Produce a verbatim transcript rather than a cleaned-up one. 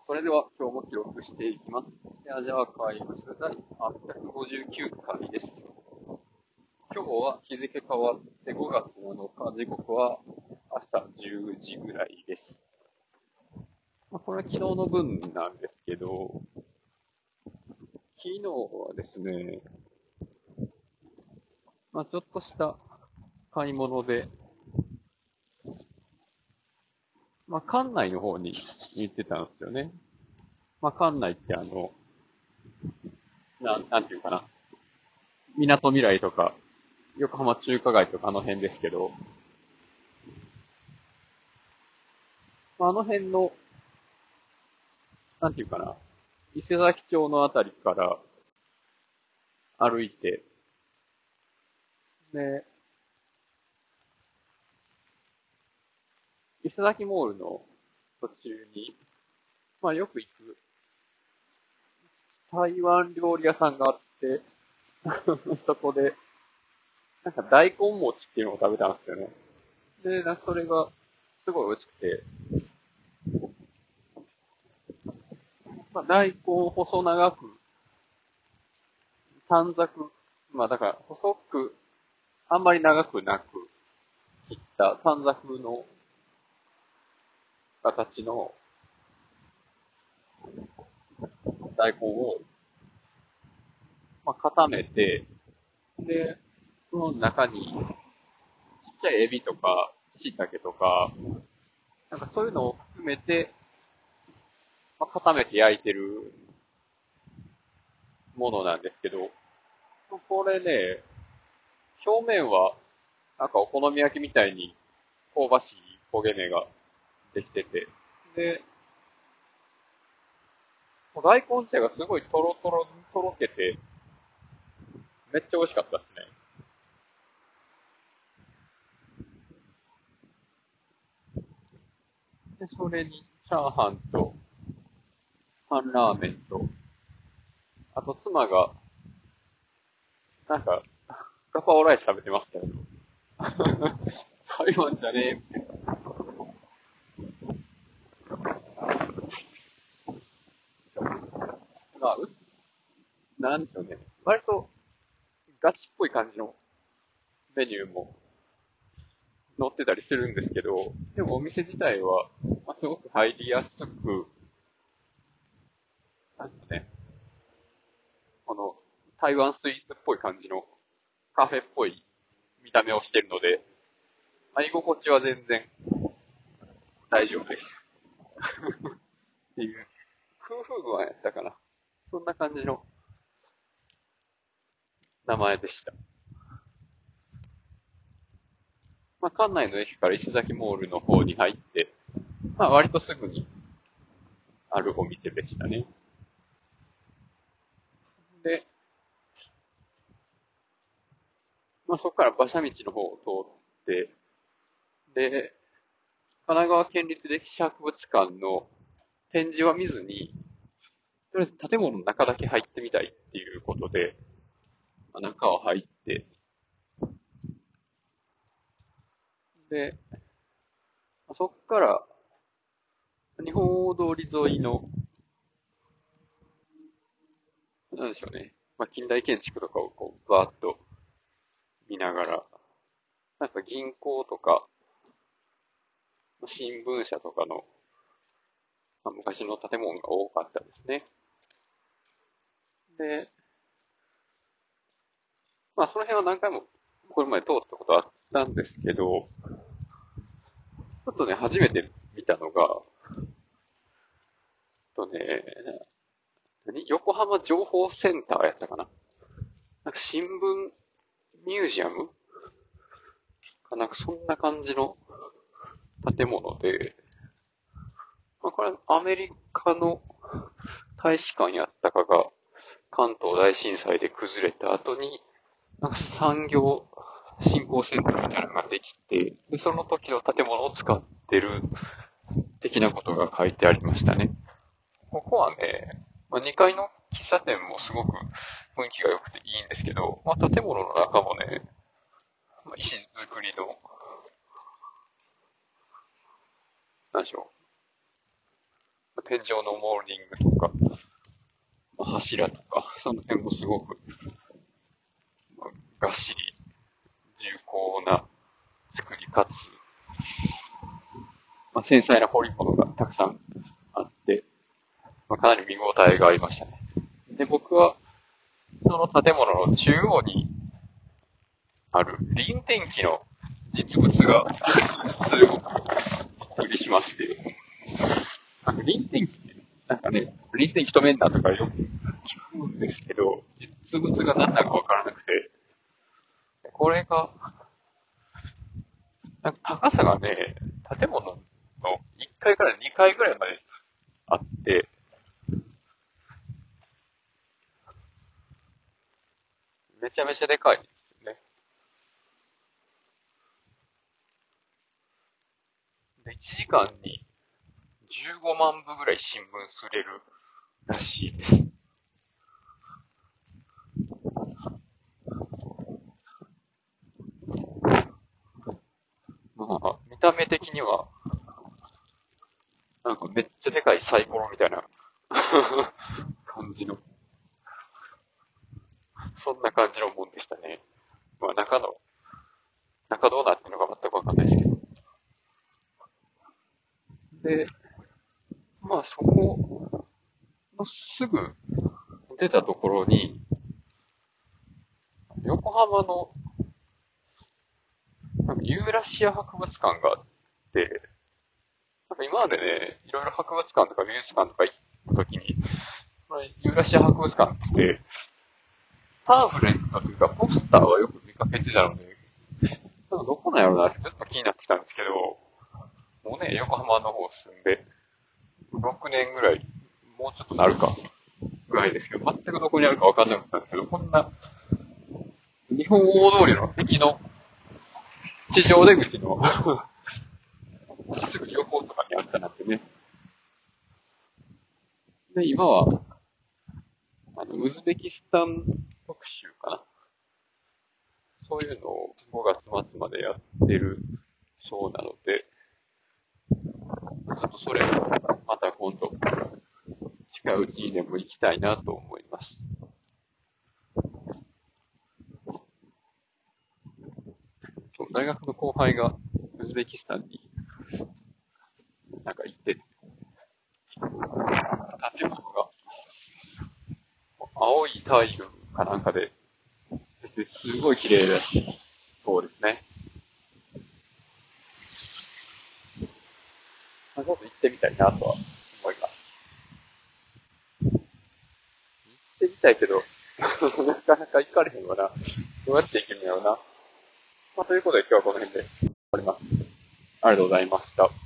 それでは今日も記録していきます。スペアジャーカイブス第はっぴゃくごじゅうきゅうかいです。今日は日付変わってごがつなのか、時刻は朝じゅうじぐらいです。まあ、これは昨日の分なんですけど、昨日はですね、まあ、ちょっとした買い物で、まあ、館内の方に行ってたんですよね。まあ、館内ってあの、な、なんていうかな。港未来とか、横浜中華街とかあの辺ですけど、まあ、あの辺の、なんていうかな。伊勢崎町のあたりから歩いて、で、伊勢崎モールの途中に、まあよく行く台湾料理屋さんがあって、そこで、なんか大根餅っていうのを食べたんですよね。で、なんかそれがすごい美味しくて、まあ大根細長く、短冊、まあだから細く、あんまり長くなく切った短冊の形の大根を、まあ固めて、で、その中にちっちゃいエビとか、椎茸とか、なんかそういうのを含めて、まあ、固めて焼いてるものなんですけど、これね、表面はなんかお好み焼きみたいに香ばしい焦げ目ができてて、で、大根自体がすごいトロトロ、とろけて、めっちゃ美味しかったですね。で、それにチャーハンと、半ラーメンと、あと妻が、なんか、ガパオライス食べてましたけど、台湾じゃねえって。まあ、うなんでしょうね。割とガチっぽい感じのメニューも載ってたりするんですけど、でもお店自体は、まあ、すごく入りやすく、なんかね、この台湾スイーツっぽい感じのカフェっぽい見た目をしてるので、まあ、居心地は全然大丈夫です。っていう、夫婦具合やったかな。そんな感じの名前でした。まあ、館内の駅から石崎モールの方に入って、まあ、割とすぐにあるお店でしたね。で、まあ、そこから馬車道の方を通って、で、神奈川県立歴史博物館の展示は見ずに、とりあえず建物の中だけ入ってみたいっていうことで、中を入って、で、そっから、日本大通り沿いの、なんでしょうね、まあ、近代建築とかをこう、バーッと見ながら、なんか銀行とか、新聞社とかの、まあ、昔の建物が多かったですね。で、まあその辺は何回もこれまで通ったことあったんですけど、ちょっとね、初めて見たのが、とね、何横浜情報センターやったかな。なんか新聞ミュージアムかなんかそんな感じの建物で、まあ、これアメリカの大使館やったかが関東大震災で崩れた後に、なんか産業振興センターみたいなのができて、で、その時の建物を使ってる的なことが書いてありましたね。ここはね、まあ、にかいの喫茶店もすごく雰囲気が良くていいんですけど、まあ、建物の中もね、まあ、石造りの、なんでしょう、 天井のモールディングとか、まあ、柱とか、その辺もすごく、まあ、がっしり、重厚な作りかつ、まあ、繊細な彫り物がたくさんあって、まあ、かなり見応えがありましたね。で、僕は、その建物の中央にある輪天機の実物がすごくびっくりしまして、なんか輪天機って、なんかね、輪天機止めんなとかよく聞くんですけど、実物が何なのかわからなくて、これが、なんか高さがね、建物のいっかいからにかいぐらいまであって、めちゃめちゃでかいんですよね。で、いちじかんにじゅうごまんぶぐらい新聞刷れるらしいです。まあ、見た目的には、なんかめっちゃでかいサイコロみたいな感じの、そんな感じのもんでしたね。まあ中の、中どうなってるのか全くわかんないですけど。で、まあそこのすぐ出たところに、横浜のなんかユーラシア博物館があって、なんか今までね、いろいろ博物館とか美術館とか行った時に、まあユーラシア博物館って、パンフレットというかポスターはよく見かけてたので、なんかどこなんやろうなってずっと気になってたんですけど、もうね、横浜の方住んで、ろくねんぐらい、もうちょっとなるか、ぐらいですけど、全くどこにあるかわかんなかったんですけど、こんな、日本大通りの駅の地上出口のすぐ横とかにあったなんてね。で、今は、あの、ウズベキスタン特集かな。そういうのをごがつ末までやってるそうなので、ちょっとそれをまた今度、近いうちにでも行きたいなと思います。そう、大学の後輩がウズベキスタンになんか行って、建物が青いタイルかなんかで、すごい綺麗だそうですね。まあ、ちょっと行ってみたいなとは思います。行ってみたいけど、なかなか行かれへんわな。どうやって行けるんやろうな。まあ、ということで今日はこの辺で終わります。ありがとうございました。